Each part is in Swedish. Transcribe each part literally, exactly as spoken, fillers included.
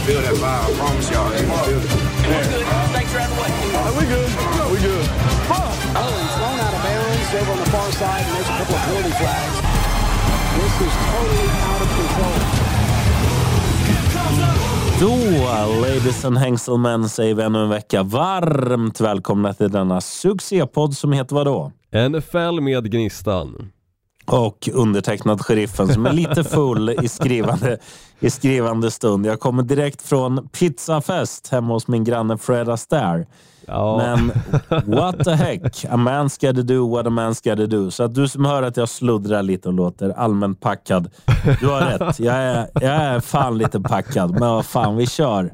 gonna feel that vibe. I promise y'all. It's gonna feel it. Thanks for having me. We good. We good. Oh, he's thrown out of bounds over on the far side, and there's a couple of penalty flags. This is totally out of control. Då, ladies and gentlemen, säger vi ännu en vecka varmt välkomna till denna succépodd som heter vadå? N F L med Gnistan. Och undertecknad sheriffen som är lite full i skrivande, i skrivande stund. Jag kommer direkt från pizzafest hemma hos min granne Fred Astaire. Ja. Men what the heck? A man's gotta do what a man's gotta do. Så att du som hör att jag sluddrar lite och låter allmänt packad, du har rätt. Jag är, jag är fan lite packad. Men vad fan, vi kör.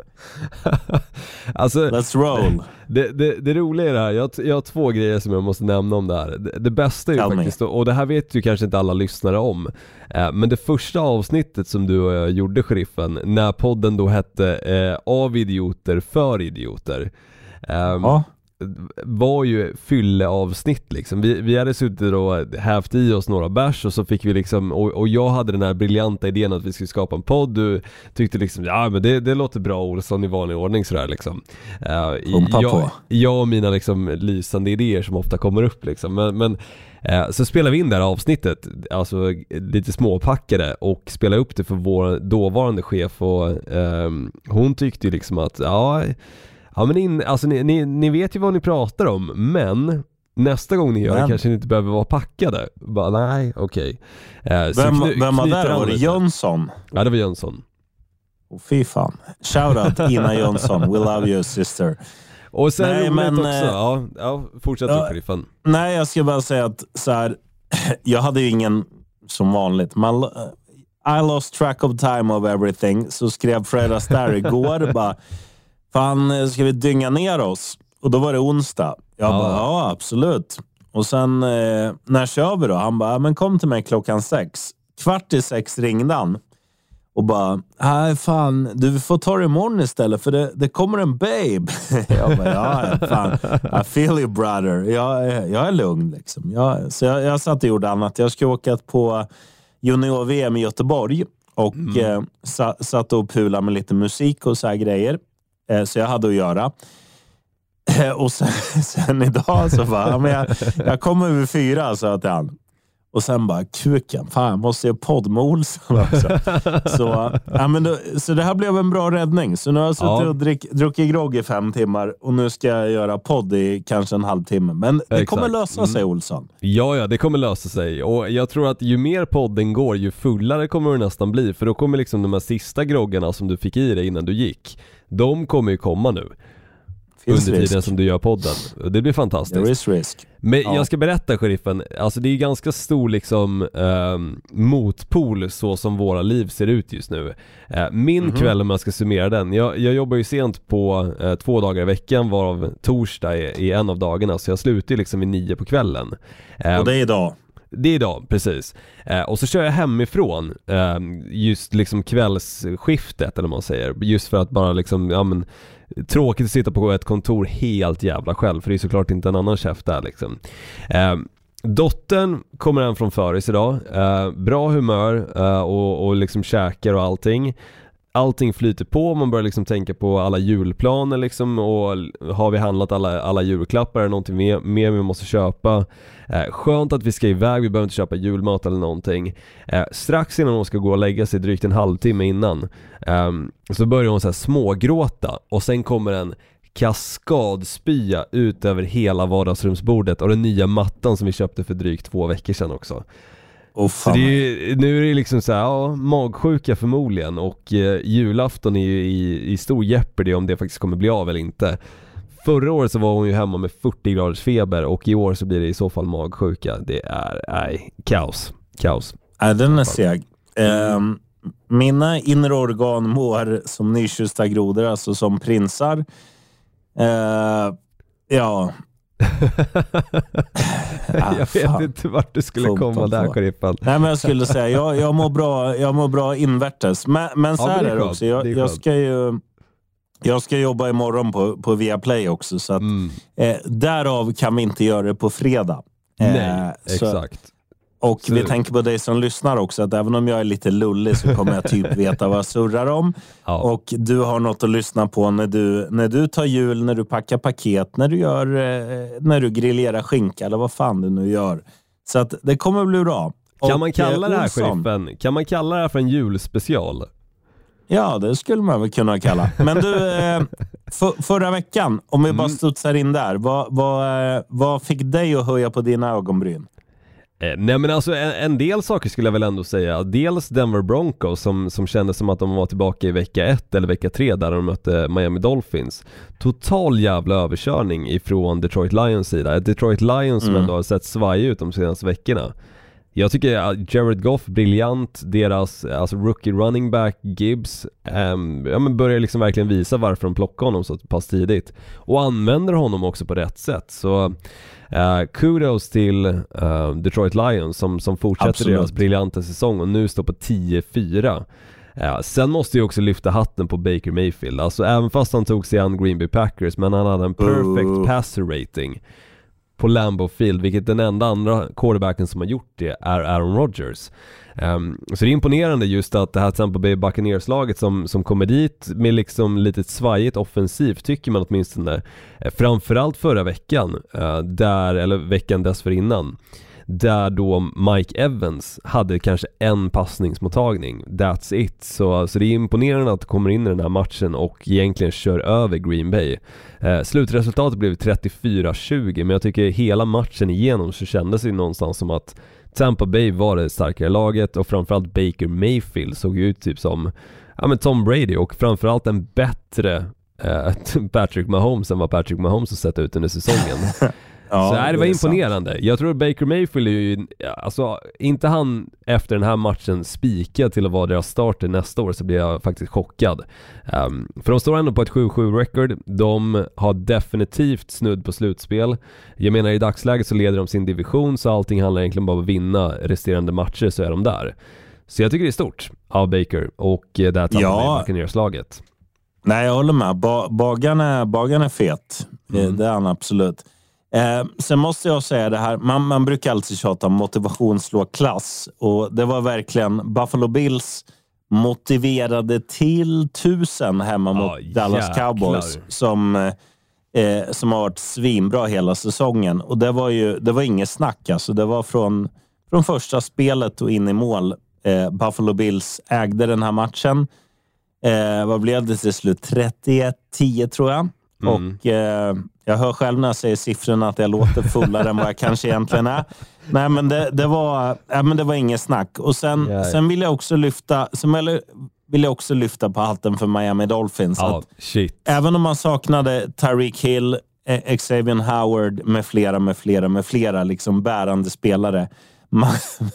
Alltså, let's roll. Det, det, det roliga är det här. Jag, jag har två grejer som jag måste nämna om det här. Det, det bästa är ju Tell faktiskt, me. och det här vet ju kanske inte alla lyssnare om, eh, men det första avsnittet som du och jag gjorde, sheriffen, när podden då hette eh, Av idioter för idioter, eh, ja. var ju fylleavsnitt liksom. Vi, vi hade suttit och hävt i oss några bärs och så fick vi liksom, och, och jag hade den här briljanta idén att vi skulle skapa en podd. Du tyckte liksom, ja men det, det låter bra, Olsson, i vanlig ordning sådär liksom. Uh, jag, jag och mina liksom lysande idéer som ofta kommer upp liksom. Men, men uh, så spelade vi in det här avsnittet, alltså lite småpackade, och spelade upp det för vår dåvarande chef, och uh, hon tyckte ju liksom att ja Ja men in, alltså ni, ni, ni vet ju vad ni pratar om, men nästa gång ni gör men. det kanske ni inte behöver vara packade. Bara, nej, okej. Okay. Eh, vem, kny, vem var där? Var det Jönsson? Ja, det var Jönsson. Oh, fy fan. Shoutout Ina Jönsson. We love you, sister. Och sen nej, men, också. Ja, ja, fortsätt ja, sheriffen. Nej, jag ska bara säga att så här, jag hade ju ingen, som vanligt, man, I lost track of time of everything. Så skrev Fred Astaire igår bara, fan, ska vi dynga ner oss? Och då var det onsdag. Jag ja. bara, ja absolut. Och sen, eh, när kör vi då? Han bara, men kom till mig klockan sex. Kvart i sex ringde han. Och bara, nej fan, du får ta det imorgon istället, för det, det kommer en babe. Jag bara, ja fan, I feel you brother. Jag, jag är lugn liksom. Jag, så jag, jag satt och gjorde annat. Jag ska åka på junior-V M i Göteborg. Och mm. eh, sa, satt och pula med lite musik och så här grejer. Så jag hade att göra. Och sen, sen idag så bara, men jag, jag kommer över fyra, så att han. Och sen bara, kuken, fan, jag måste ju podd med Olsson också. Så, ja, men då, så det här blev en bra räddning. Så nu har jag suttit ja. och drick, druckit grogg i fem timmar. Och nu ska jag göra podd i kanske en halvtimme. Men det Exakt. kommer lösa sig, Olsson. Ja, ja, det kommer lösa sig. Och jag tror att ju mer podden går, ju fullare kommer det nästan bli. För då kommer liksom de här sista groggarna som du fick i dig innan du gick, de kommer ju komma nu. Finns under tiden risk. Som du gör podden. Det blir fantastiskt. There is risk. Men ja. jag ska berätta, sheriffen, alltså det är ganska stor liksom eh, motpol så som våra liv ser ut just nu. Eh, min mm-hmm. kväll, om jag ska summera den, jag, jag jobbar ju sent på eh, två dagar i veckan, varav torsdag är, är en av dagarna, så jag slutar ju liksom vid nio på kvällen. Eh, Och det är idag. Det är idag, precis. Eh, och så kör jag hemifrån eh, just liksom kvällsskiftet, eller vad man säger. Just för att bara liksom, ja men, tråkigt att sitta på ett kontor helt jävla själv, för det är såklart inte en annan chef där liksom. Eh, dottern kommer hem från föris idag. Eh, bra humör eh, och, och liksom käkar och allting. Allting flyter på, man börjar liksom tänka på alla julplaner liksom, och har vi handlat alla, alla julklappar eller någonting mer, mer vi måste köpa. Eh, skönt att vi ska iväg, vi behöver inte köpa julmat eller någonting. Eh, strax innan hon ska gå och lägga sig, drygt en halvtimme innan, eh, så börjar hon så här smågråta, och sen kommer en kaskadspya ut över hela vardagsrumsbordet och den nya mattan som vi köpte för drygt två veckor sedan också. Oh, så det är, nu är det liksom så här, ja, magsjuka förmodligen, och eh, julafton är ju i, i stor jeopardy om det faktiskt kommer bli av eller inte. Förra året så var hon ju hemma med fyrtio graders feber, och i år så blir det i så fall magsjuka. Det är, nej, kaos. Kaos. Ja, den är seg. Um, mina inre organ mår som nykyssta grodor, alltså som prinsar. Uh, ja... jag vet fan. inte vart du skulle Fotboll komma där, sheriffen. Nej, men jag skulle säga jag, jag mår bra, jag mår bra invärtes. Men, men så ja, här är det också. Jag, jag ska ju jag ska jobba imorgon på, på Viaplay också, så att mm. eh, därav kan vi inte göra det på fredag. Nej, eh, så, exakt. Och så... vi tänker på dig som lyssnar också, att även om jag är lite lullig så kommer jag typ veta vad jag surrar om. Ja. Och du har något att lyssna på när du, när du tar jul, när du packar paket, när du, gör, eh, när du grillerar skinka eller vad fan du nu gör. Så att det kommer bli bra. Kan och, man kalla eh, det här, Olsson, sheriffen? Kan man kalla det här för en julspecial? Ja, det skulle man väl kunna kalla. Men du, eh, för, förra veckan, om vi bara Mm. studsar in där, vad, vad, eh, vad fick dig att höja på dina ögonbryn? Eh, nej men alltså en, en del saker skulle jag väl ändå säga. Dels Denver Broncos som, som kändes som att de var tillbaka i vecka ett eller vecka tre där de mötte Miami Dolphins. Total jävla överkörning ifrån Detroit Lions sida. Ett Detroit Lions som Mm. ändå har sett svaj ut de senaste veckorna. Jag tycker att Jared Goff, briljant. Deras alltså rookie running back Gibbs um, ja, men börjar liksom verkligen visa varför de plockar honom så pass tidigt. Och använder honom också på rätt sätt. Så uh, kudos till uh, Detroit Lions som, som fortsätter Absolut. deras briljanta säsong och nu står på tio fyra. Uh, sen måste jag också lyfta hatten på Baker Mayfield. Alltså även fast han tog sig an Green Bay Packers, men han hade en perfect uh. passer rating på Lambeau Field, vilket den enda andra quarterbacken som har gjort det är Aaron Rodgers. Um, så det är imponerande just att det här Tampa Bay Buccaneers-laget som, som kommer dit med liksom lite svajigt offensivt, tycker man åtminstone. Uh, framförallt förra veckan, uh, där, eller veckan dessförinnan, där då Mike Evans hade kanske en passningsmottagning. That's it. Så, så det är imponerande att komma in i den här matchen och egentligen kör över Green Bay. Eh, slutresultatet blev trettiofyra tjugo, men jag tycker hela matchen igenom så kändes det någonstans som att Tampa Bay var det starkare laget och framförallt Baker Mayfield såg ut typ som ja, men Tom Brady och framförallt en bättre eh, Patrick Mahomes än vad Patrick Mahomes har sett ut under säsongen. Ja, så här, det var det imponerande. Sant. Jag tror att Baker Mayfield är ju, alltså inte han efter den här matchen spika till att vara deras starter nästa år, så blir jag faktiskt chockad. Um, för de står ändå på ett sju sju record. De har definitivt snudd på slutspel. Jag menar i dagsläget så leder de sin division, så allting handlar egentligen bara om att vinna resterande matcher, så är de där. Så jag tycker det är stort av Baker och det här Tampa Bay Buccaneers-laget. Nej, jag håller med. Ba- bagan, är, bagan är fet. Mm. Det är han absolut. Eh, sen måste jag säga det här, man, man brukar alltid tjata om motivation slå klass, och det var verkligen Buffalo Bills motiverade till tusen hemma mot oh, Dallas jäklar. Cowboys som, eh, som har varit svinbra hela säsongen, och det var ju det var inget snack alltså. Det var från, från första spelet och in i mål. eh, Buffalo Bills ägde den här matchen. eh, vad blev det till slut? trettioett tio tror jag. Mm. Och eh, jag hör själv när jag säger siffrorna att jag låter fullare än vad jag kanske egentligen är. Nej, men det, det var ja, men det var inget snack. Och sen, yeah. sen vill jag också lyfta sen vill jag också lyfta på hatten för Miami Dolphins. Oh, att shit. Även om man saknade Tyreek Hill, Xavier Howard med flera, med flera, med flera liksom bärande spelare. Man,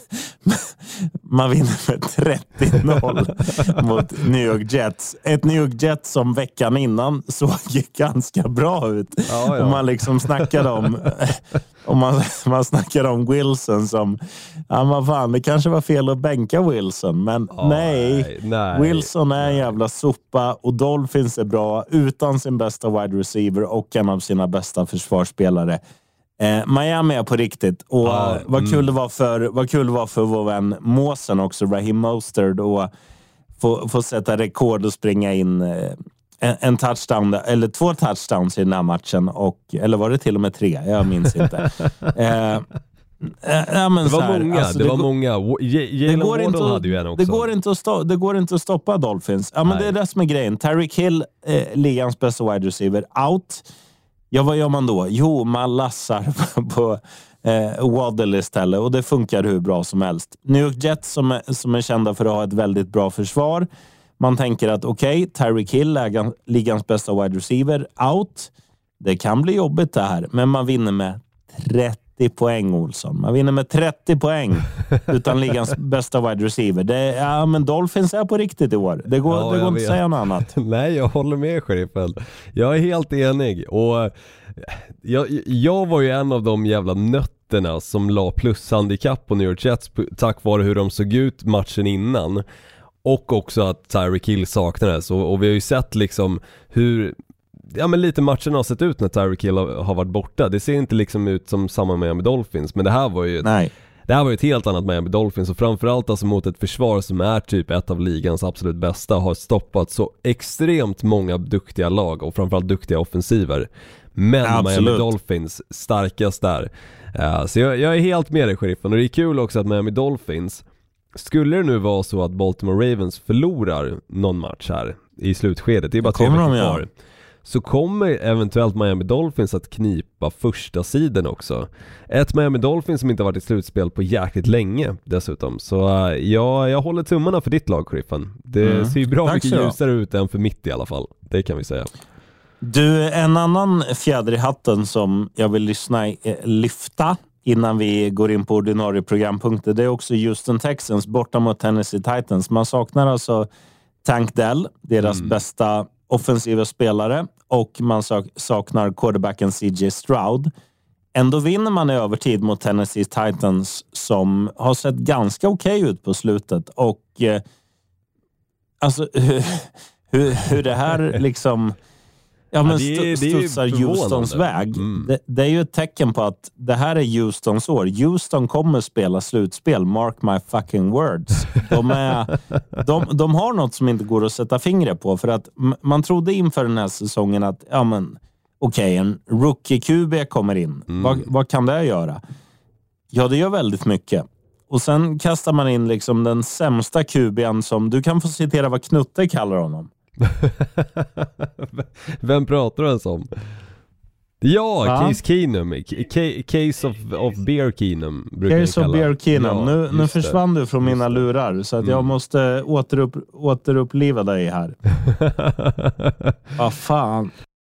man vinner med trettio noll mot New York Jets. Ett New York Jets som veckan innan såg ganska bra ut. Ja, ja. Och man liksom snackade om och man, man snackade om Wilson som ja, vad fan, det kanske var fel att bänka Wilson, men oh, nej, nej Wilson är en jävla sopa, och Dolphins är bra utan sin bästa wide receiver och en av sina bästa försvarsspelare. Eh, Miami är på riktigt, och ah, vad mm. kul det var för vad kul det var för vår vän Måsen också, Raheem Mostert, och få, få sätta rekord och springa in eh, en, en touchdown eller två touchdowns i den här matchen, och eller var det till och med tre? Jag minns inte. eh, Ja, men det var här, många, alltså, det, det var go- många. Jalen Waddle hade ju en också. Det går inte att, sto- det går inte att stoppa Dolphins. Ja, men det är det som är grejen. Tyreek Hill, eh, ligans bästa wide receiver, out. Ja, vad gör man då? Jo, man lassar på eh, Waddle istället, och det funkar hur bra som helst. New York Jets som är, som är kända för att ha ett väldigt bra försvar. Man tänker att okej, okay, Tyreek Hill, ligans, ligans bästa wide receiver, out. Det kan bli jobbigt det här, men man vinner med trettio poäng, Olsson. Man vinner med trettio poäng utan ligans bästa wide receiver. Det, ja, men Dolphins är på riktigt i år. Det går, ja, det går inte vet. att säga något annat. Nej, jag håller med, sheriffen. Jag är helt enig. Och jag, jag var ju en av de jävla nötterna som la plushandikapp på New York Jets tack vare hur de såg ut matchen innan. Och också att Tyreek Hill saknades. Och, och vi har ju sett liksom hur ja, men lite matchen har sett ut när Tyreek Hill har varit borta. Det ser inte liksom ut som samma med Miami Dolphins, men det här var ju ett, Nej. Det här var ju ett helt annat Miami Dolphins och framförallt alltså mot ett försvar som är typ ett av ligans absolut bästa, har stoppat så extremt många duktiga lag och framförallt duktiga offensiver. Men absolut. Miami Dolphins starkast där. Uh, så jag, jag är helt med dig, Sheriffen, och det är kul också att Miami Dolphins, skulle det nu vara så att Baltimore Ravens förlorar någon match här i slutskedet, det är bara tre veckor kvar, så kommer eventuellt Miami Dolphins att knipa första sidan också. Ett Miami Dolphins som inte har varit i slutspel på jäkligt länge dessutom. Så uh, ja, jag håller tummarna för ditt lag, Sheriffen. Det mm. ser ju bra Tack mycket ljusare ut än för mitt i alla fall. Det kan vi säga. Du, en annan fjäder i hatten som jag vill lyssna i, lyfta innan vi går in på ordinarie programpunkter, det är också Houston Texans borta mot Tennessee Titans. Man saknar alltså Tank Dell, deras mm. bästa offensiva spelare, och man saknar quarterbacken C J Stroud. Ändå vinner man i övertid mot Tennessee Titans som har sett ganska okej okay ut på slutet. Och eh, alltså hur, hur det här liksom ja, men ja, det är, studsar det är Houstons väg. Mm. Det, det är ju ett tecken på att det här är Houstons år. Houston kommer spela slutspel. Mark my fucking words. De, är, de, de har något som inte går att sätta fingret på. För att man trodde inför den här säsongen att ja, men okej, okay, en rookie-Q B kommer in. Mm. Vad, vad kan det göra? Ja, det gör väldigt mycket. Och sen kastar man in liksom den sämsta Q B:n som, du kan få citera vad Knutte kallar honom. Vem pratar du ens om? Ja, ja. Case Keenum K- Case of, of Bear Keenum Case of Bear Keenum ja, Nu, nu försvann det. du från just mina lurar. Så att mm. jag måste återupp, återuppliva dig här. Vad fan.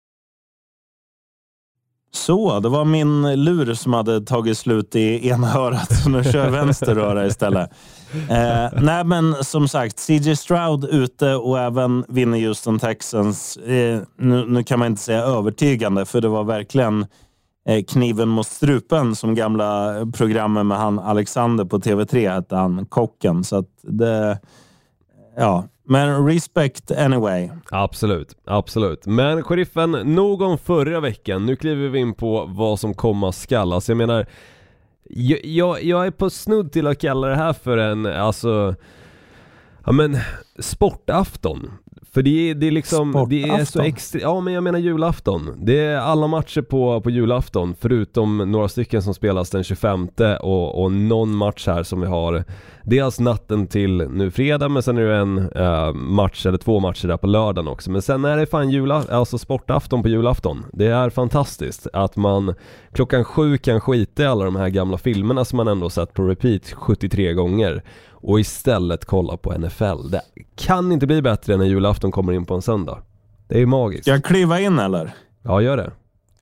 Så, det var min lur som hade tagit slut i ena örat. Så nu kör jag vänster öra istället. Eh, nej, men som sagt, C J Stroud ute och även vinner Houston Texans. Eh, nu, nu kan man inte säga övertygande, för det var verkligen eh, kniven mot strupen som gamla programmet med han Alexander på T V tre hette han, kocken. Så att det, ja... Men respect anyway. Absolut, absolut. Men Sheriffen, nog om förra veckan. Nu kliver vi in på vad som komma skall. Alltså jag menar, jag, jag, jag är på snudd till att kalla det här för en, alltså, ja men, sportafton. För det är, det är liksom, sportafton. Det är så extra, ja men jag menar julafton. Det är alla matcher på, på julafton, förutom några stycken som spelas den tjugofemte och, och någon match här som vi har dels natten till nu fredag, men sen är det en uh, match eller två matcher där på lördagen också. Men sen är det fan jula, alltså sportafton på julafton. Det är fantastiskt att man klockan sju kan skita i alla de här gamla filmerna som man ändå sett på repeat sjuttiotre gånger och istället kolla på N F L. Det kan inte bli bättre när julafton kommer in på en söndag. Det är ju magiskt. Ska jag kliva in eller? Ja, gör det.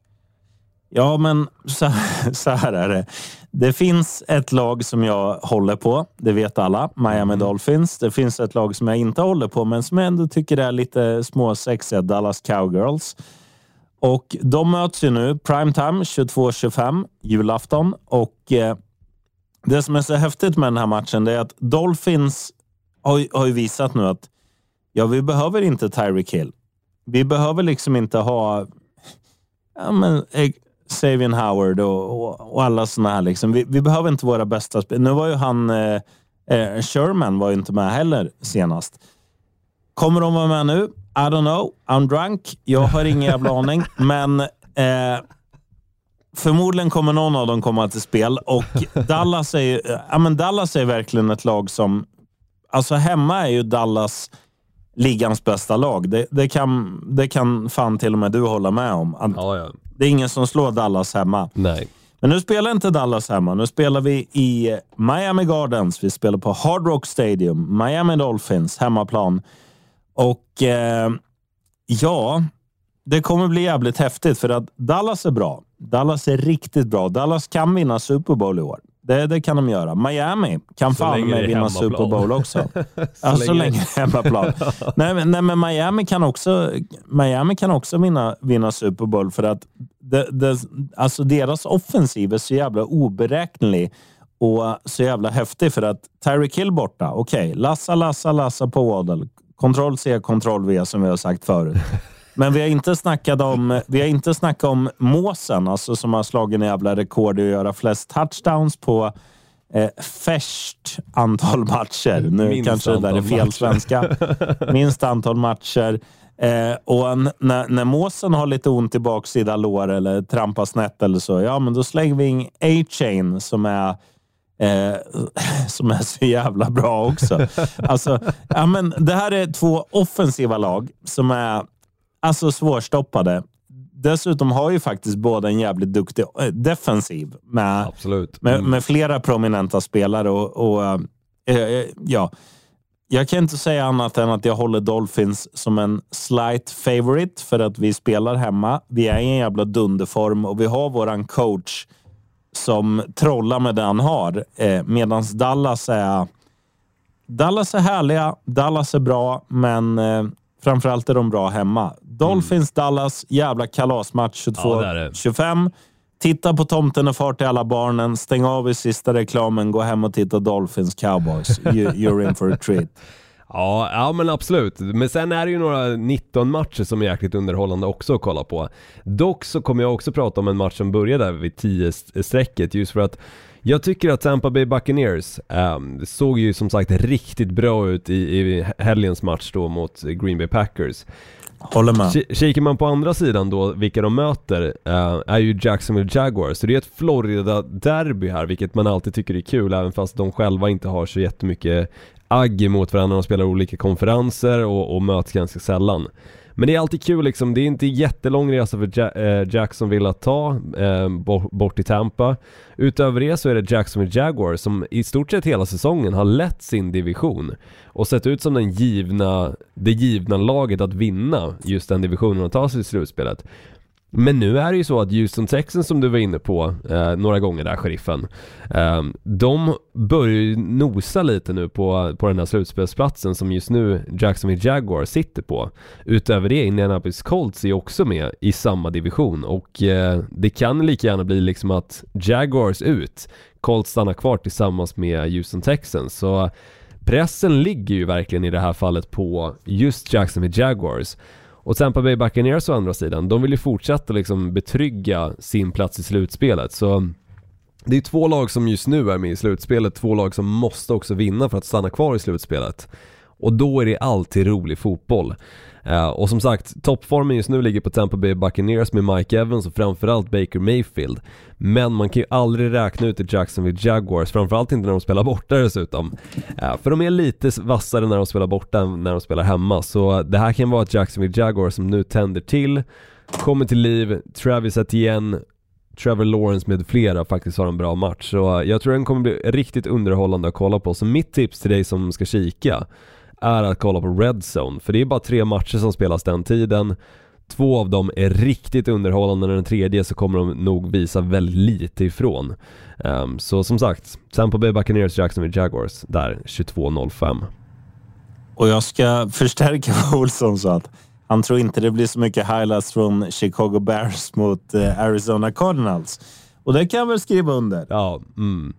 Ja, men så, så här är det. Det finns ett lag som jag håller på. Det vet alla. Miami Dolphins. Det finns ett lag som jag inte håller på, men som jag ändå tycker är lite småsexiga. Dallas Cowgirls. Och de möts ju nu. Primetime tjugotvå tjugofem. Julafton. Och eh, det som är så häftigt med den här matchen, det är att Dolphins har, har ju visat nu att ja, vi behöver inte Tyreek Hill. Vi behöver liksom inte ha ja, men, Xavier Howard och, och, och alla såna här liksom. Vi, vi behöver inte våra bästa spel. Nu var ju han eh, Sherman var ju inte med heller senast. Kommer de vara med nu? I don't know. I'm drunk. Jag har ingen jävla aning. Men eh, förmodligen kommer någon av dem komma till spel. Och Dallas är ju, ja, men Dallas är verkligen ett lag som, alltså hemma är ju Dallas ligans bästa lag. Det, det, kan, det kan fan till och med du hålla med om. Att ja, ja. Det är ingen som slår Dallas hemma. Nej. Men nu spelar inte Dallas hemma. Nu spelar vi i Miami Gardens. Vi spelar på Hard Rock Stadium. Miami Dolphins, hemmaplan. Och eh, ja, det kommer bli jävligt häftigt för att Dallas är bra. Dallas är riktigt bra. Dallas kan vinna Super Bowl i år. Det, det kan de göra. Miami kan fan med vinna Super Bowl också. så, ja, så länge det är hemmaplan. nej, nej, men Miami kan också, Miami kan också vinna, vinna Super Bowl för att det, det, alltså deras offensiv är så jävla oberäknelig och så jävla häftig för att Tyreek Hill borta. Okej, okay. Lassa, lassa, lassa på Waddle. Kontroll C, kontroll V som vi har sagt förut. Men vi har inte snackat om vi har inte snackat om Måsen, alltså som har slagit en jävla rekord i att göra flest touchdowns på Eh, färst antal matcher. Nu Minst kanske det där är fel matcher. svenska. Minst antal matcher. Eh, och n- när, när måsen har lite ont i baksida lår eller trampar snett eller så, ja men då slänger vi in A-Chain som är eh, som är så jävla bra också. Alltså, ja men det här är två offensiva lag som är alltså svårstoppade. Dessutom har ju faktiskt båda en jävligt duktig äh, defensiv med, Absolut. med, Mm. med flera prominenta spelare och, och äh, ja, jag kan inte säga annat än att jag håller Dolphins som en slight favorite för att vi spelar hemma. Vi är i en jävla dunderform och vi har våran coach som trollar med det han har. Eh, medans Dallas är Dallas är härliga, Dallas är bra, men eh, framförallt är de bra hemma. Dolphins, mm. Dallas, jävla kalasmatch tjugotvå tjugofem. Titta på tomten och fart till alla barnen. Stäng av i sista reklamen. Gå hem och titta Dolphins Cowboys. You, you're in for a treat. Ja, ja, men absolut. Men sen är det ju några nitton matcher som är jäkligt underhållande också att kolla på. Dock så kommer jag också prata om en match som började där vid tio-strecket. Just för att jag tycker att Tampa Bay Buccaneers um, såg ju som sagt riktigt bra ut i, i helgens match då mot Green Bay Packers. Håller med. K- kikar man på andra sidan då, vilka de möter uh, är ju Jacksonville Jaguars. Så det är ett Florida-derby här, vilket man alltid tycker är kul, även fast de själva inte har så jättemycket agg mot varandra. De spelar olika konferenser och, och möts ganska sällan. Men det är alltid kul liksom, det är inte jättelång resa för ja- äh, Jacksonville att ta äh, bort i Tampa. Utöver det så är det Jacksonville Jaguars som i stort sett hela säsongen har lett sin division och sett ut som den givna, det givna laget att vinna just den divisionen och ta sig i slutspelet. Men nu är det ju så att Houston Texans, som du var inne på eh, några gånger där, sheriffen, eh, de börjar ju nosa lite nu på, på den här slutspelsplatsen som just nu Jacksonville Jaguars sitter på. Utöver det, Indianapolis Colts är också med i samma division och eh, det kan lika gärna bli liksom att Jaguars ut, Colts stannar kvar tillsammans med Houston Texans. Så pressen ligger ju verkligen i det här fallet på just Jacksonville Jaguars. Och Tampa Bay Buccaneers å andra sidan, de vill ju fortsätta liksom betrygga sin plats i slutspelet. Så det är två lag som just nu är med i slutspelet, två lag som måste också vinna för att stanna kvar i slutspelet. Och då är det alltid rolig fotboll. Uh, och som sagt, toppformen just nu ligger på Tampa Bay Buccaneers med Mike Evans och framförallt Baker Mayfield. Men man kan ju aldrig räkna ut till Jacksonville Jaguars, framförallt inte när de spelar borta dessutom. Uh, för de är lite vassare när de spelar borta än när de spelar hemma. Så det här kan vara ett Jacksonville Jaguars som nu tänder till, kommer till liv. Travis Etienne, Trevor Lawrence med flera faktiskt har en bra match. Så jag tror den kommer bli riktigt underhållande att kolla på. Så mitt tips till dig som ska kika är att kolla på Red Zone. För det är bara tre matcher som spelas den tiden. Två av dem är riktigt underhållande. Den tredje så kommer de nog visa väldigt lite ifrån. Um, så som sagt, Tampa Bay Buccaneers, Jacksonville Jaguars där tjugotvå noll fem. Och jag ska förstärka vad Olsson sa, att han tror inte det blir så mycket highlights från Chicago Bears mot eh, Arizona Cardinals. Och det kan jag väl skriva under. Ja, mm.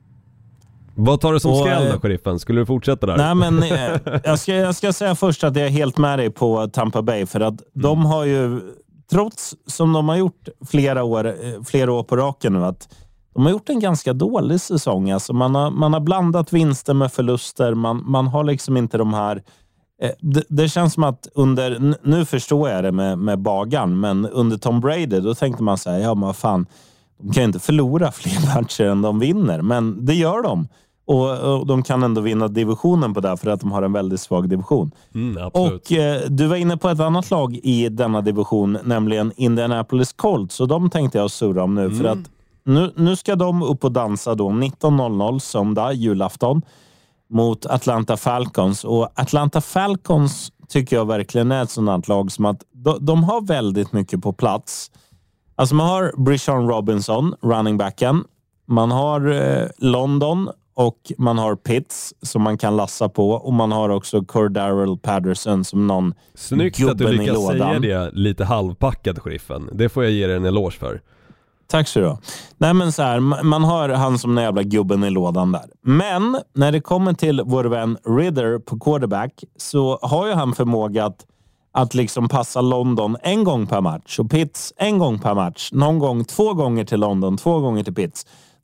Vad tar du som och, skräll då, sheriffen? Skulle du fortsätta där? Nej, men eh, jag, ska, jag ska säga först att jag är helt med dig på Tampa Bay. För att mm. de har ju, trots som de har gjort flera år, flera år på raken nu, att de har gjort en ganska dålig säsong. Alltså man, har, man har blandat vinster med förluster. Man, man har liksom inte de här... Eh, det, det känns som att under... Nu förstår jag det med, med Bagan, men under Tom Brady då tänkte man säga, ja men vad fan, de kan ju inte förlora fler matcher än de vinner. Men det gör de. Och, och de kan ändå vinna divisionen på det för att de har en väldigt svag division. Mm, absolut. Och eh, du var inne på ett annat lag i denna division, nämligen Indianapolis Colts. Och de tänkte jag surra om nu. Mm. För att nu, nu ska de upp och dansa då nitton noll noll söndag, julafton, mot Atlanta Falcons. Och Atlanta Falcons tycker jag verkligen är ett sådant lag som att de, de har väldigt mycket på plats. Alltså man har Brishan Robinson, running backen. Man har eh, London och man har Pitts som man kan lassa på. Och man har också Cordarrelle Patterson som någon snyggt att du lyckas säga det lite halvpackad, sheriffen. Det får jag ge dig en eloge för. Tack så du. Nej men så här, man har han som den jävla gubben i lådan där. Men när det kommer till vår vän Ridder på quarterback så har ju han förmåga att, att liksom passa London en gång per match och Pitts en gång per match. Någon gång två gånger till London, två gånger till Pitts.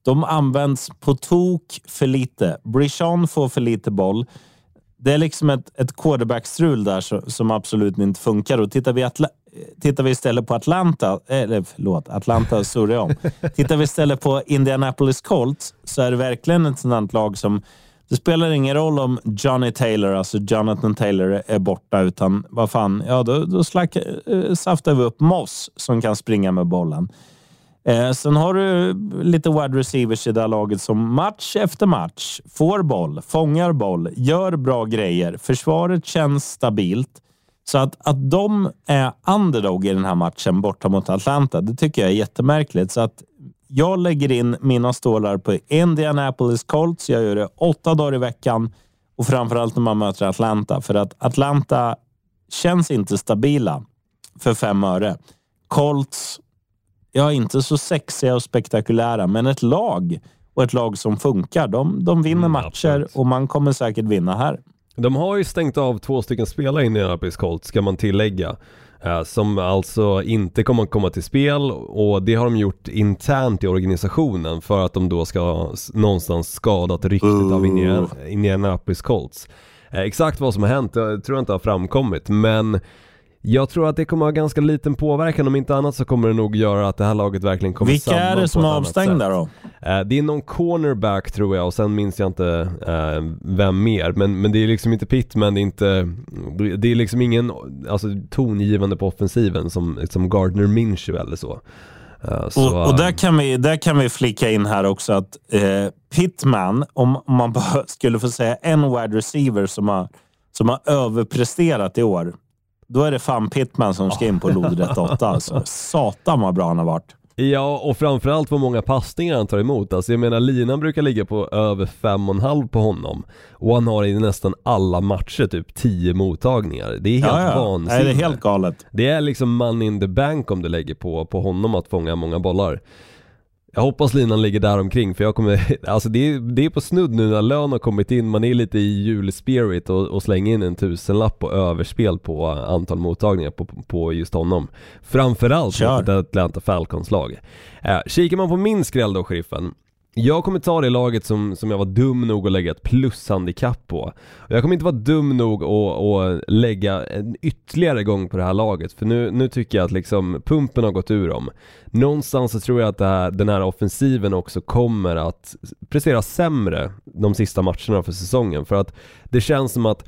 De används på tok för lite. Brishan får för lite boll. Det är liksom ett, ett quarterback-strul där som, som absolut inte funkar. Och tittar vi, Atla- tittar vi istället på Atlanta, eller förlåt, Atlanta surrar om. Tittar vi istället på Indianapolis Colts så är det verkligen ett sådant lag som, det spelar ingen roll om Johnny Taylor, alltså Jonathan Taylor är borta, utan vad fan, ja då, då slack, äh, saftar vi upp Moss som kan springa med bollen. Eh, sen har du lite wide receivers i det här laget som match efter match får boll, fångar boll, gör bra grejer. Försvaret känns stabilt. Så att, att de är underdog i den här matchen borta mot Atlanta, det tycker jag är jättemärkligt. Så att jag lägger in mina stålar på Indianapolis Colts. Jag gör det åtta dagar i veckan och framförallt när man möter Atlanta. För att Atlanta känns inte stabila för fem öre. Colts, ja, inte så sexiga och spektakulära, men ett lag och ett lag som funkar. De, de vinner mm, matcher absolut. Och man kommer säkert vinna här. De har ju stängt av två stycken spelare in i Indianapolis Colts, ska man tillägga. Eh, som alltså inte kommer att komma till spel, och det har de gjort internt i organisationen för att de då ska ha någonstans skadat ryktet uh. av Indianapolis Colts. Eh, exakt vad som har hänt jag tror jag inte har framkommit, men jag tror att det kommer att ha ganska liten påverkan. Om inte annat så kommer det nog göra att det här laget verkligen kommer Vilka samman. Vilka är det som är avstängda då? Eh, det är någon cornerback tror jag, och sen minns jag inte eh, vem mer. Men, men det är liksom inte Pittman, det är inte, det är liksom ingen alltså, tongivande på offensiven som, som Gardner Minshew eller så. Uh, så och, och där, kan vi, där kan vi flicka in här också att eh, Pittman, om, om man bara skulle få säga en wide receiver som har, som har överpresterat i år, då är det fan Pittman som ska in på lodrätt åtta. Alltså. Satan vad bra han har varit. Ja, och framförallt vad många passningar han tar emot. Alltså jag menar, linan brukar ligga på över fem och en halv på honom. Och han har i nästan alla matcher typ tio mottagningar. Det är helt ja, ja. vansinnigt. Nej, det är helt galet. Det är liksom money in the bank om du lägger på, på honom att fånga många bollar. Jag hoppas linan ligger där omkring, för jag kommer, alltså det är, det är på snudd nu när lön har kommit in, man är lite i julspirit och, och slänger in en tusenlapp och överspel på antal mottagningar på, på just honom. Framförallt mot ett Atlanta Falcons-lag. Eh, kikar man på min skräll då, sheriffen, jag kommer ta det laget som, som jag var dum nog att lägga ett plushandikapp på. Och jag kommer inte vara dum nog att, att lägga en ytterligare gång på det här laget. För nu, nu tycker jag att liksom pumpen har gått ur dem. Någonstans så tror jag att det här, den här offensiven också kommer att prestera sämre de sista matcherna för säsongen. För att det känns som att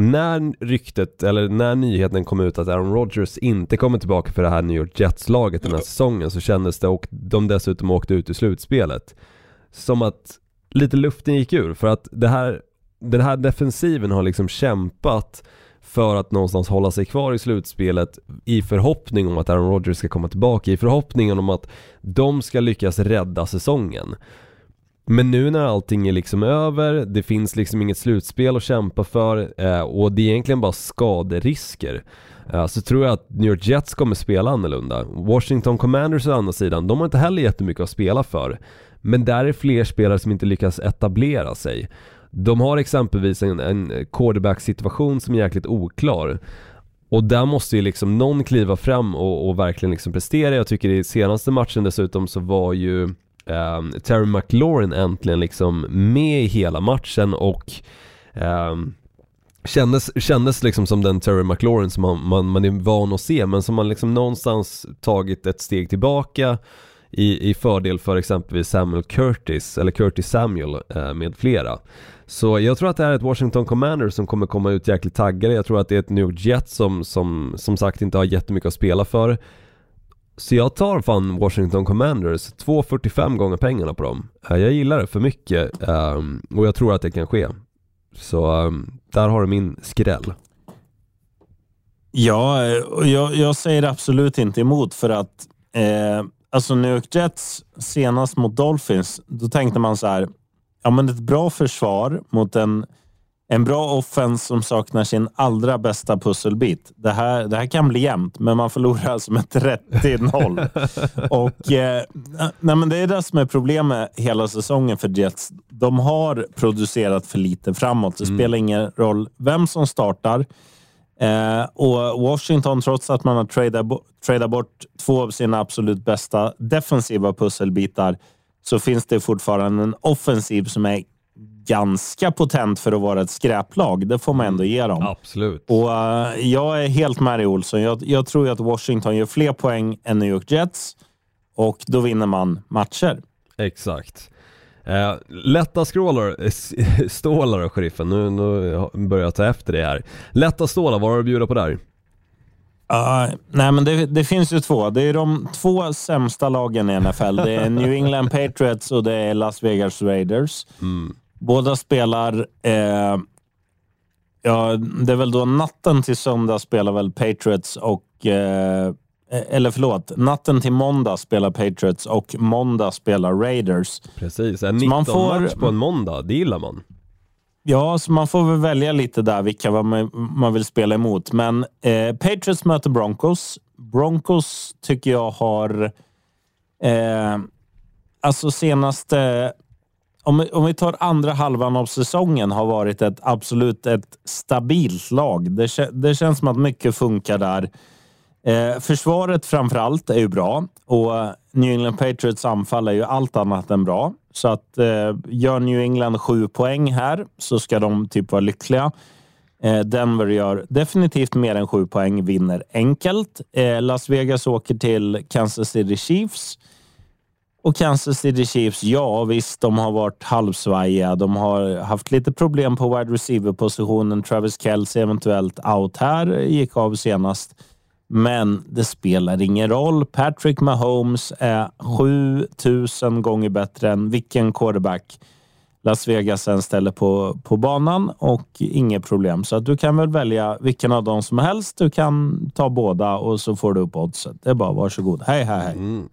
när ryktet, eller när nyheten kom ut att Aaron Rodgers inte kommer tillbaka för det här New York Jets-laget den här säsongen, så kändes det, och de dessutom åkte ut i slutspelet, som att lite luften gick ur. För att det här, den här defensiven har liksom kämpat för att någonstans hålla sig kvar i slutspelet i förhoppning om att Aaron Rodgers ska komma tillbaka, i förhoppningen om att de ska lyckas rädda säsongen. Men nu när allting är liksom över, det finns liksom inget slutspel att kämpa för eh, och det är egentligen bara skaderisker, eh, så tror jag att New York Jets kommer spela annorlunda. Washington Commanders å andra sidan, de har inte heller jättemycket att spela för. Men där är fler spelare som inte lyckas etablera sig. De har exempelvis en, en quarterback-situation som är jäkligt oklar. Och där måste ju liksom någon kliva fram och, och verkligen liksom prestera. Jag tycker i senaste matchen dessutom så var ju eh, Terry McLaurin äntligen liksom med i hela matchen och eh, kändes, kändes liksom som den Terry McLaurin som man, man, man är van att se, men som man liksom någonstans tagit ett steg tillbaka I, i fördel för exempelvis Samuel Curtis eller Curtis Samuel eh, med flera. Så jag tror att det är ett Washington Commanders som kommer komma ut jäkligt taggade. Jag tror att det är ett New York Jets som, som som sagt inte har jättemycket att spela för. Så jag tar fan Washington Commanders två fyrtiofem gånger pengarna på dem. eh, Jag gillar det för mycket eh, och jag tror att det kan ske. Så eh, där har du min skräll. Ja, jag, jag säger absolut inte emot, för att eh, alltså New York Jets senast mot Dolphins, då tänkte man så här, ja men ett bra försvar mot en, en bra offense som saknar sin allra bästa pusselbit. Det här, det här kan bli jämnt, men man förlorar alltså med trettio noll. Och eh, nej, men det är det som är problemet hela säsongen för Jets. De har producerat för lite framåt. Det mm. spelar ingen roll vem som startar. Eh, och Washington, trots att man har tradat, tradat bort två av sina absolut bästa defensiva pusselbitar, så finns det fortfarande en offensiv som är ganska potent för att vara ett skräplag. Det får man ändå ge dem. Absolut. Och uh, jag är helt med i Olsson. Jag, jag tror ju att Washington gör fler poäng än New York Jets. Och då vinner man matcher. Exakt. Eh, lätta skrålar, stålar och sheriffen. Nu, nu börjar jag ta efter det här. Lätta stålar, vad har du att bjuda på där? Uh, nej men det, det finns ju två. Det är de två sämsta lagen i N F L. Det är New England Patriots och det är Las Vegas Raiders. Mm. Båda spelar... Eh, ja, det är väl då natten till söndag spelar väl Patriots och... Eh, eller förlåt, natten till måndag spelar Patriots och måndag spelar Raiders. Precis, en nitton får, match på en måndag, det gillar man. Ja, så man får väl välja lite där vilka man, man vill spela emot. Men eh, Patriots möter Broncos. Broncos tycker jag har... Eh, alltså senaste... Om, om vi tar andra halvan av säsongen har varit ett absolut ett stabilt lag. Det, det känns som att mycket funkar där. Eh, försvaret framförallt är ju bra och New England Patriots anfall är ju allt annat än bra. Så att eh, gör New England sju poäng här så ska de typ vara lyckliga. Eh, Denver gör definitivt mer än sju poäng, vinner enkelt. Eh, Las Vegas åker till Kansas City Chiefs. Och Kansas City Chiefs, ja visst, de har varit halvsvajiga. De har haft lite problem på wide receiver-positionen. Travis Kelce eventuellt out här, gick av senast. Men det spelar ingen roll. Patrick Mahomes är sju tusen gånger bättre än vilken quarterback Las Vegas än ställer på, på banan och inget problem. Så att du kan väl välja vilken av dem som helst. Du kan ta båda och så får du upp oddset. Det är bara varsågod. Hej, hej, hej. Mm.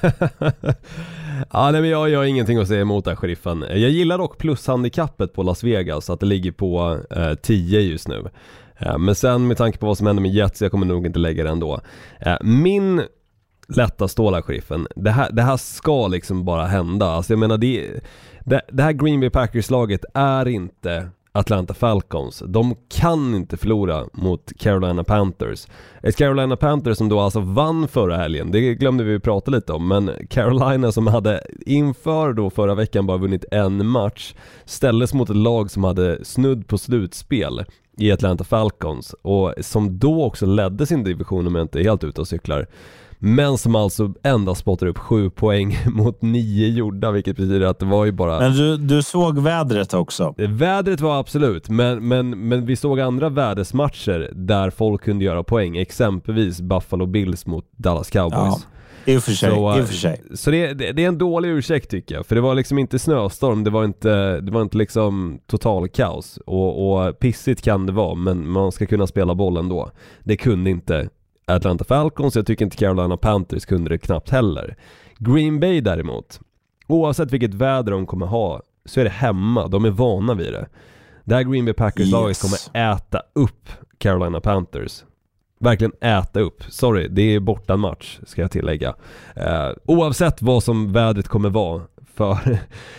Ja, nej, men jag, jag har ingenting att säga emot där, sheriffen. Jag gillar dock plushandikappet på Las Vegas, att det ligger på eh, tio just nu. Eh, men sen med tanke på vad som händer med Jets, jag kommer nog inte lägga det ändå. Eh, min lätta stålar, sheriffen, det här, det här ska liksom bara hända. Alltså jag menar, det, det, det här Green Bay Packers-laget är inte Atlanta Falcons. De kan inte förlora mot Carolina Panthers. Ett Carolina Panthers som då alltså vann förra helgen, det glömde vi prata lite om, men Carolina som hade inför då förra veckan bara vunnit en match ställdes mot ett lag som hade snudd på slutspel i Atlanta Falcons och som då också ledde sin division, om jag inte är helt ute och cyklar. Men som alltså endast spottar upp sju poäng mot nio gjorda, vilket betyder att det var ju bara... Men du, du såg vädret också. Vädret var absolut, men, men, men vi såg andra vädersmatcher där folk kunde göra poäng. Exempelvis Buffalo Bills mot Dallas Cowboys. Ja, i och för sig. Så, i och för sig. så det, det, det är en dålig ursäkt tycker jag. För det var liksom inte snöstorm, det var inte, det var inte liksom total kaos. Och, och pissigt kan det vara, men man ska kunna spela bollen då. Det kunde inte Atlanta Falcons, jag tycker inte Carolina Panthers kunde det knappt heller. Green Bay däremot, oavsett vilket väder de kommer ha, så är det hemma, de är vana vid det. Det här Green Bay Packers-laget yes. kommer äta upp Carolina Panthers. Verkligen äta upp. Sorry, det är borta en match, ska jag tillägga. Uh, oavsett vad som vädret kommer vara för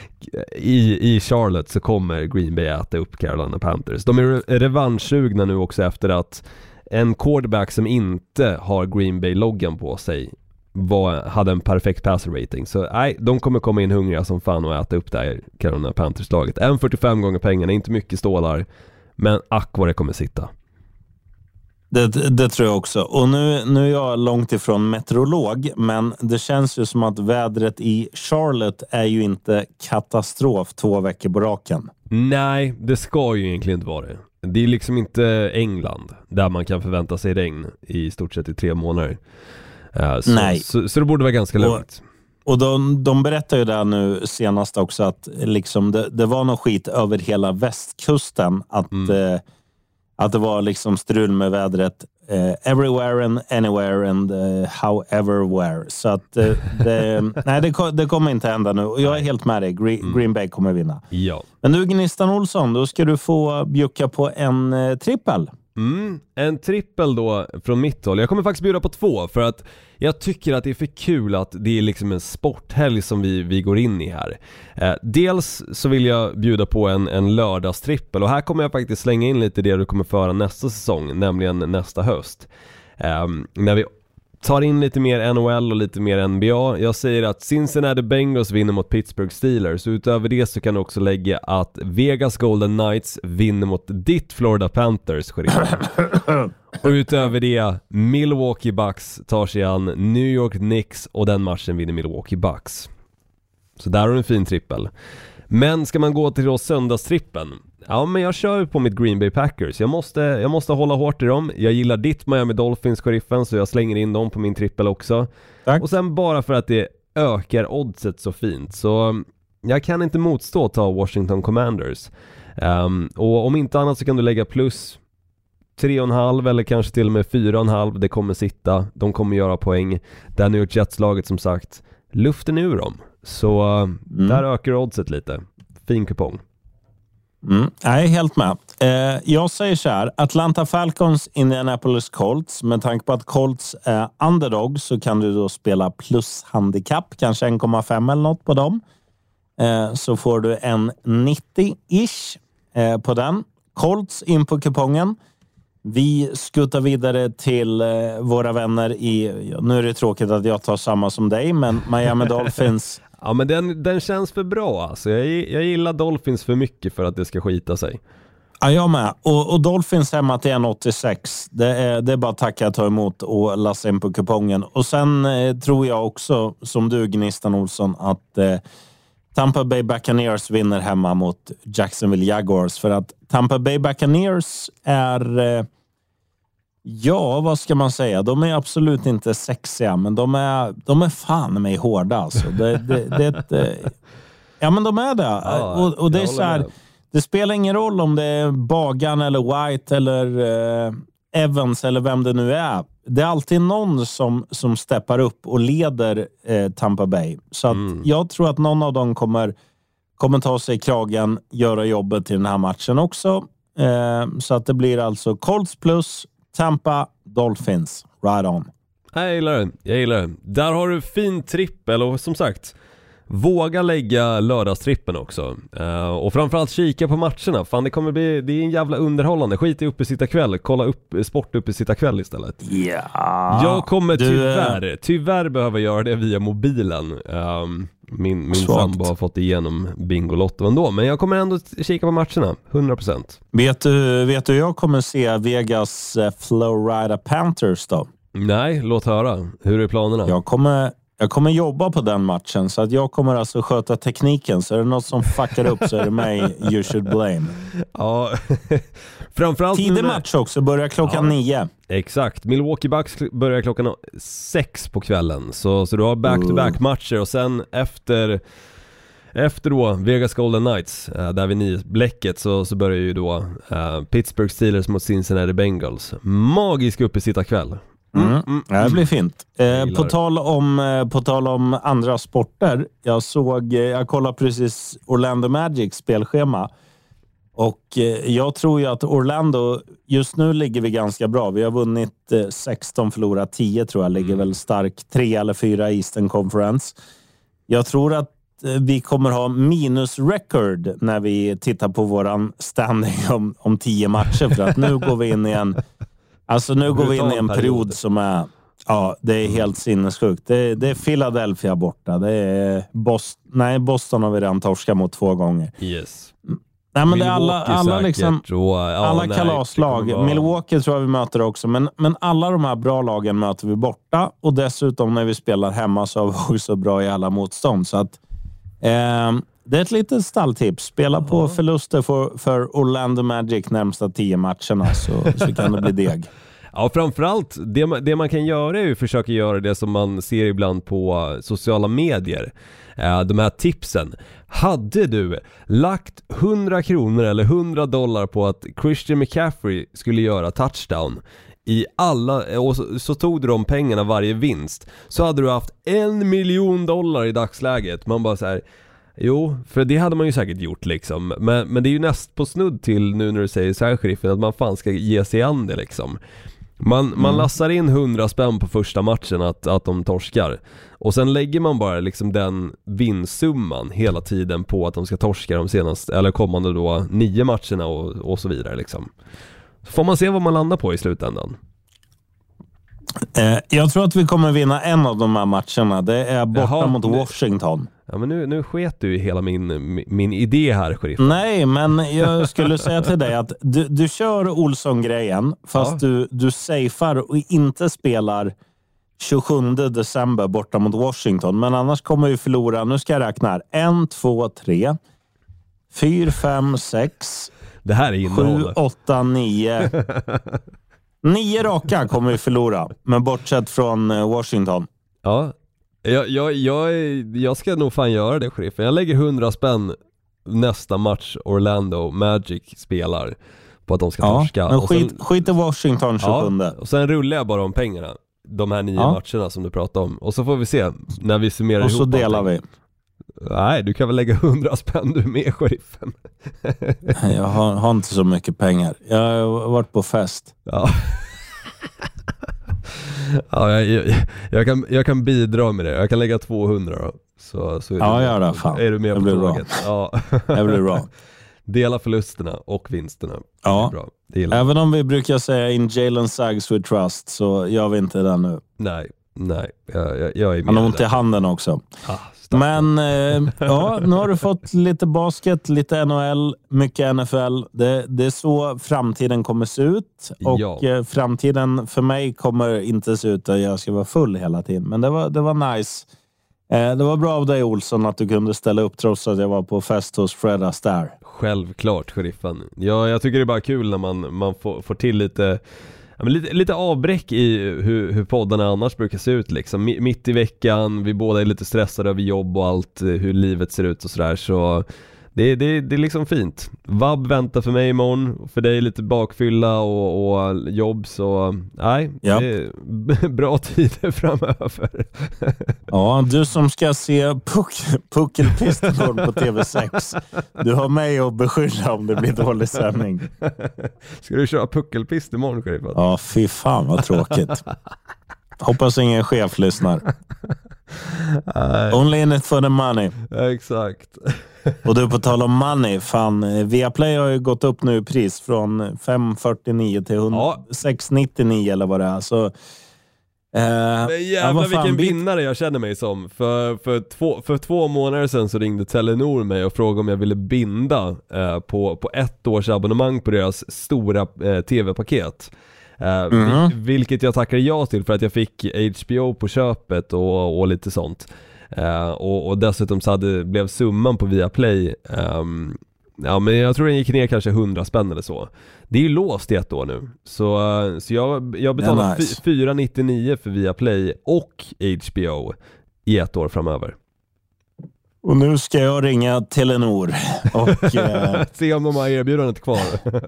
i, i Charlotte, så kommer Green Bay äta upp Carolina Panthers. De är re- revanschsugna nu också efter att en quarterback som inte har Green Bay-loggan på sig var, hade en perfekt passer rating. Så nej, de kommer komma in hungriga som fan och äta upp det här Carolina Panthers-laget. en komma fyrtiofem gånger pengarna, inte mycket stålar, men ack vad det kommer sitta. Det, det tror jag också. Och nu, nu är jag långt ifrån meteorolog, men det känns ju som att vädret i Charlotte är ju inte katastrof två veckor på raken. Nej, det ska ju egentligen inte vara det. Det är liksom inte England där man kan förvänta sig regn i stort sett i tre månader. Uh, så, Nej. Så, så, så det borde vara ganska lugnt. Och, och de, de berättar ju där nu senast också att liksom det, det var någon skit över hela västkusten. Att, mm. eh, att det var liksom strul med vädret eh, everywhere and anywhere and eh, however where. Så att eh, det, nej, det, det kommer inte hända nu. Och jag är helt med dig. Green, mm. Green Bay kommer vinna. Ja. Men du, Gnistan Olsson, då ska du få bjucka på en eh, trippel. Mm, en trippel då från mitt håll. Jag kommer faktiskt bjuda på två, för att jag tycker att det är för kul att det är liksom en sporthelg som vi, vi går in i här. Eh, dels så vill jag bjuda på en, en lördagstrippel, och här kommer jag faktiskt slänga in lite det du kommer föra nästa säsong, nämligen nästa höst. Eh, när vi tar in lite mer N H L och lite mer N B A. Jag säger att Cincinnati Bengals vinner mot Pittsburgh Steelers. Utöver det så kan du också lägga att Vegas Golden Knights vinner mot ditt Florida Panthers. Och utöver det, Milwaukee Bucks tar sig an New York Knicks och den matchen vinner Milwaukee Bucks. Så där har du en fin trippel. Men ska man gå till då söndagstrippen? Ja, men jag kör på mitt Green Bay Packers. Jag måste, jag måste hålla hårt i dem. Jag gillar ditt Miami Dolphins, sheriffen, så jag slänger in dem på min trippel också. Tack. Och sen bara för att det ökar oddset så fint, så jag kan inte motstå att ta Washington Commanders. Um, och om inte annat så kan du lägga plus tre och en halv eller kanske till och med fyra och en halv. Det kommer sitta. De kommer göra poäng. Där New York Jets-laget som sagt, luften ur dem. Så mm. där ökar oddset lite. Fin kupong. Mm, jag är helt med. Eh, jag säger så här, Atlanta Falcons, Indianapolis Colts. Med tanke på att Colts är underdog så kan du då spela plus handikapp, kanske en komma fem eller något på dem. Eh, så får du en nittio-ish eh, på den. Colts in på kupongen. Vi skuttar vidare till eh, våra vänner i, ja, nu är det tråkigt att jag tar samma som dig, men Miami Dolphins. Ja, men den, den känns för bra alltså. Jag, jag gillar Dolphins för mycket för att det ska skita sig. Ja, jag med. Och, och Dolphins hemma till en åttiosex. Det är, det är bara att tacka, ta emot och lassa in på kupongen. Och sen eh, tror jag också, som du Gnistan Olsson, att eh, Tampa Bay Buccaneers vinner hemma mot Jacksonville Jaguars. För att Tampa Bay Buccaneers är... Eh, ja, vad ska man säga? De är absolut inte sexiga, men de är, de är fan mig hårda alltså. Det, det, det, det, ja, men de är det. Ja, och, och det är så här, med. det spelar ingen roll om det är Bagan eller White eller eh, Evans eller vem det nu är. Det är alltid någon som, som steppar upp och leder eh, Tampa Bay. Så att mm. jag tror att någon av dem kommer, kommer ta sig i kragen, göra jobbet till den här matchen också. Eh, så att det blir alltså Colts plus Tampa Dolphins. Right on. Jag gillar det. Jag gillar det. Där har du fin trippel och som sagt, våga lägga lördagstrippen också. Uh, och framförallt kika på matcherna. Fan, det kommer bli, det är en jävla underhållande. Skit i uppe sitta kväll. Kolla upp sport uppe sitta kväll istället. Ja. Jag kommer du, tyvärr, tyvärr behöva göra det via mobilen. Um, min min sambo har fått igenom Bingolotto ändå. Men jag kommer ändå kika på matcherna. hundra procent. Vet du, vet du jag kommer se Vegas uh, Florida Panthers då? Nej, låt höra. Hur är planerna? Jag kommer... Jag kommer jobba på den matchen, så att jag kommer alltså sköta tekniken. Så är det något som fuckar upp så är det mig you should blame. Ja, framförallt tidig match också, börjar klockan ja, nio. Exakt, Milwaukee Bucks börjar klockan sex på kvällen. Så, så du har back-to-back matcher och sen efter... Efter då Vegas Golden Knights, äh, där vid nio bläcket så, så börjar ju då äh, Pittsburgh Steelers mot Cincinnati Bengals. Magisk uppe sitta kväll. Mm. Mm, mm. Det blir fint. Eh, på, tal om, eh, på tal om andra sporter. Jag såg, eh, jag kollade precis Orlando Magic spelschema. Och eh, jag tror ju att Orlando, just nu ligger vi ganska bra. Vi har vunnit eh, sexton, förlorat tio tror jag. Ligger mm. väl stark tre eller fyra i Eastern Conference. Jag tror att eh, vi kommer ha minus record när vi tittar på våran standing om, om tio matcher. För att nu går vi in i en... Alltså nu går vi in i en period som är, ja, det är helt sinnessjukt. Det, det är Philadelphia borta. Det är Boston, nej, Boston har vi redan torskat mot två gånger. Yes. Nej, men det är alla, alla liksom, och, ja, alla nej, kalaslag. Vara... Milwaukee tror jag vi möter också. Men, men alla de här bra lagen möter vi borta. Och dessutom när vi spelar hemma så har vi också bra i alla motstånd. Så att, eh, det är ett litet stalltips. Spela uh-huh. på förluster för, för Orlando Magic närmsta tio matcherna så, så kan det bli deg. Ja, framförallt det man, det man kan göra är ju att försöka göra det som man ser ibland på sociala medier. Eh, de här tipsen. Hade du lagt hundra kronor eller hundra dollar på att Christian McCaffrey skulle göra touchdown i alla, och så, så tog du de pengarna varje vinst, så hade du haft en miljon dollar i dagsläget. Man bara så här, jo, för det hade man ju säkert gjort liksom. Men, men det är ju näst på snudd till nu när du säger så här, sheriffen, att man fan ska ge sig an det liksom. Man, mm. man lassar in hundra spänn på första matchen att, att de torskar. Och sen lägger man bara liksom den vinstsumman hela tiden på att de ska torska de senaste, eller kommande då, nio matcherna och, och så vidare liksom. Så får man se vad man landar på i slutändan. Eh, jag tror att vi kommer vinna en av de här matcherna. Det är borta Jaha, mot nu- Washington. Ja, men nu, nu sket du i hela min, min, min idé här, sheriff. Nej, men jag skulle säga till dig att du, du kör Olsson-grejen fast Ja. du, du safear och inte spelar tjugosjunde december borta mot Washington. Men annars kommer vi förlora. Nu ska jag räkna här. En, två, tre, fyra, fem, sex, Det här är sju, innehåll. åtta, nio. Nio raka kommer vi förlora. Men bortsett från eh, Washington. Ja, jag, jag, jag, är- jag ska nog fan göra det, sheriffen. Jag lägger hundra spänn nästa match Orlando Magic spelar på att de ska Ja, torska. men Och sen- skit, skit i Washington tjugosjunde. Ja, och sen rullar jag bara om pengarna. De här nio Ja. matcherna som du pratade om. Och så får vi se när vi summerar Och så ihop delar allting. vi. Nej, du kan väl lägga hundra spänn du med, sheriffen. Jag har, har inte så mycket pengar. Jag har varit på fest. Ja. Ja, jag, jag, jag, kan, jag kan bidra med det. Jag kan lägga tvåhundra då. Så, så är Ja, du, gör det, fan. Är du med Det på blir bra. tåget? Ja. Det blir bra. Dela förlusterna och vinsterna. Ja. Det är bra. Det gillar jag. Även om vi brukar säga in Jalen Suggs with trust så gör vi inte det nu. Nej, nej. Jag, jag, jag är med Han har i ont det i där. handen också. Ah, stackarn. Men eh, ja, nu har du fått lite basket, lite N H L, mycket N F L. Det, det är så framtiden kommer se ut. Och Ja. eh, framtiden för mig kommer inte se ut att jag ska vara full hela tiden. Men det var, det var nice. Eh, det var bra av dig, Olsson, att du kunde ställa upp trots att jag var på fest hos Fred Astaire. Självklart, sheriffen. Ja, jag tycker det är bara kul när man, man får, får till lite, ja, men lite, lite avbräck i hur, hur poddarna annars brukar se ut. Liksom. Mi- Mitt i veckan, vi båda är lite stressade över jobb och allt, hur livet ser ut och sådär. Så det, det, det är liksom fint. Vab väntar för mig imorgon, för dig lite bakfylla och, och jobb. Så nej, Ja. det är b- bra tider framöver. Ja, du som ska se puck, Puckelpistol på T V sex. Du har mig att beskylla om det blir dålig sändning. Ska du köra puckelpist imorgon, sheriffen? Ja, fy fan vad tråkigt. Hoppas ingen chef lyssnar. Only in it for the money. Ja, exakt. Och du, på tal om money, fan, Viaplay har ju gått upp nu i pris från fem fyrtionio till Ja. sex nittionio eller vad det är. Så, eh, Men ja, jävlar vad fan, vilken vi- vinnare jag känner mig som. För, för, två, för två månader sedan så ringde Telenor mig och frågade om jag ville binda eh, på, på ett års abonnemang på deras stora eh, tv-paket. Eh, Mhm. vil- vilket jag tackade ja till för att jag fick H B O på köpet och, och lite sånt. Eh, och, och dessutom så hade, blev summan på Viaplay, ehm, ja men jag tror den gick ner kanske hundra spänn eller så. Det är ju låst i ett år nu. Så, eh, så jag, jag betalar Det är nice. fy- fyra nittionio för Viaplay och H B O i ett år framöver. Och nu ska jag ringa Telenor och eh, Se om de har erbjudandet kvar.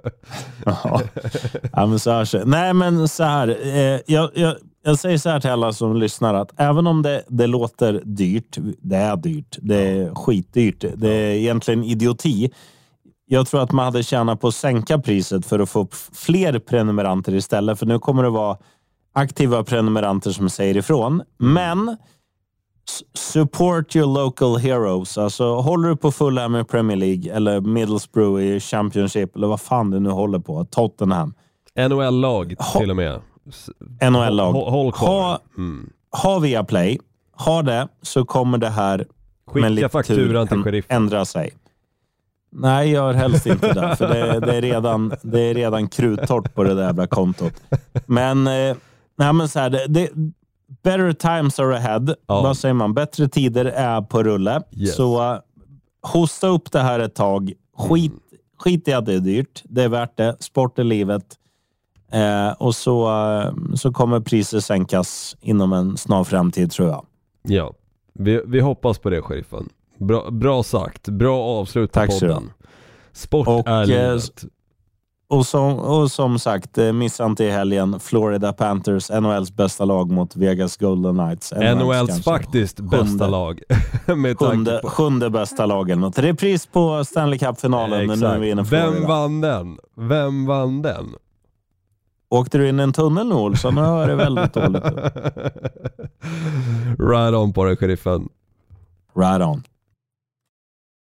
ja. Ja, men så här, så- nej men så här, eh, jag, jag, jag säger så här till alla som lyssnar att även om det, det låter dyrt, det är dyrt, det är skitdyrt, det är egentligen idioti. Jag tror att man hade tjänat på att sänka priset för att få upp fler prenumeranter istället, för nu kommer det vara aktiva prenumeranter som säger ifrån. Men s- support your local heroes. Alltså håller du på Fulham i Premier League eller Middlesbrough i Championship eller vad fan du nu håller på, Tottenham, N H L-lag Ha- till och med. S- N H L-lag. Hå- Håll kvar. Ha, Mm. ha Viaplay, ha det, så kommer det här med Skicka lite fakturan tur till än- sheriffen. ändra sig. Nej, gör helst inte det, för det, det, är redan, det är redan kruttorrt på det där jävla kontot. Men, eh, nej, men så här, det, det, better times are ahead. Ja. Vad säger man? Bättre tider är på rulle. Yes. Så uh, hosta upp det här ett tag. Skit, skit i att det är dyrt. Det är värt det. Sport är livet. Eh, och så, eh, så kommer priser sänkas inom en snar framtid, tror jag. Ja, vi, vi hoppas på det, sheriffen. Bra, bra sagt, bra avslut på Tack så podden. Sport Och, är eh, livet. Och som, och som sagt, eh, missa inte i helgen Florida Panthers, N H L:s bästa lag mot Vegas Golden Knights. N H L:s kanske faktiskt bästa sjunde- lag. Med tanke Sjunde, på... sjunde bästa lagen. Något repris på Stanley Cup-finalen, men nu är vi inne i Exakt. Vem Florida. vann den? Vem vann den? Åkte du in i en tunnel nu, Olsson? Nu hör det väldigt dåligt ut. Right on på det, sheriffen. Right on.